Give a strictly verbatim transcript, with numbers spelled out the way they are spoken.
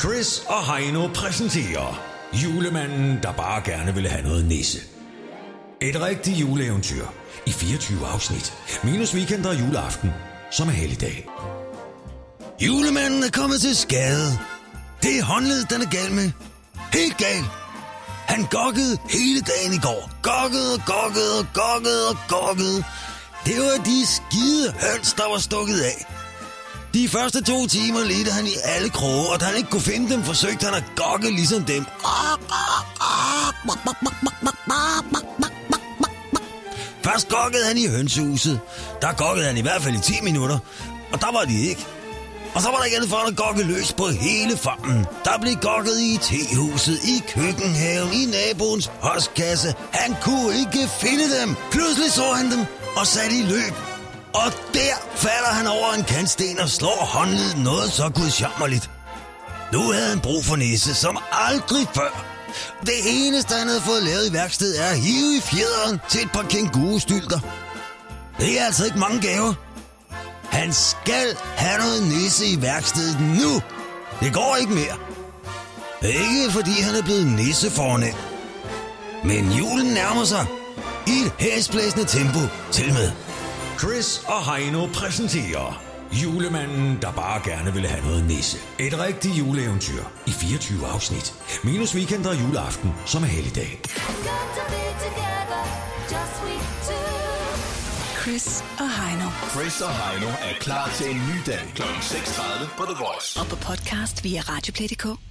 Chris og Heino præsenterer Julemanden, der bare gerne ville have noget nisse. Et rigtigt juleeventyr i fireogtyve afsnit, minus weekend og juleaften, som er helligdag. Julemanden er kommet til skade. Det er håndledet, den er gal med. Helt gal. Han gokkede hele dagen i går. Gokkede og gokkede og gokkede og gokkede. Det var de skide høns, der var stukket af. De første to timer ledte han i alle kroge, og da han ikke kunne finde dem, forsøgte han at gokke ligesom dem. Først gokkede han i hønsehuset. Der gokkede han i hvert fald i ti minutter, og der var de ikke. Og så var der ikke andet for at gokke løs på hele farmen. Der blev gokket i tehuset, i køkkenhaven, i naboens postkasse. Han kunne ikke finde dem. Pludselig så han dem og satte i løb. Og der falder han over en kantsten og slår håndledet noget så gudsjammerligt. Nu havde han brug for nisse som aldrig før. Det eneste, han havde fået lavet i værkstedet, er at hive i fjederen til et par kængurustylter. Det er altså ikke mange gaver. Han skal have noget nisse i værkstedet nu. Det går ikke mere. Ikke fordi han er blevet nissefornem. Men julen nærmer sig i et hæsblæsende tempo til med. Chris og Heino præsenterer Julemanden, der bare gerne ville have noget nisse. Et rigtigt juleeventyr i fireogtyve afsnit, minus weekend og juleaften, som er helligdag. Chris og Heino. Chris og Heino er klar til en ny dag klokken seks tredive på The Voice. Og på podcast via radioplay punktum d k.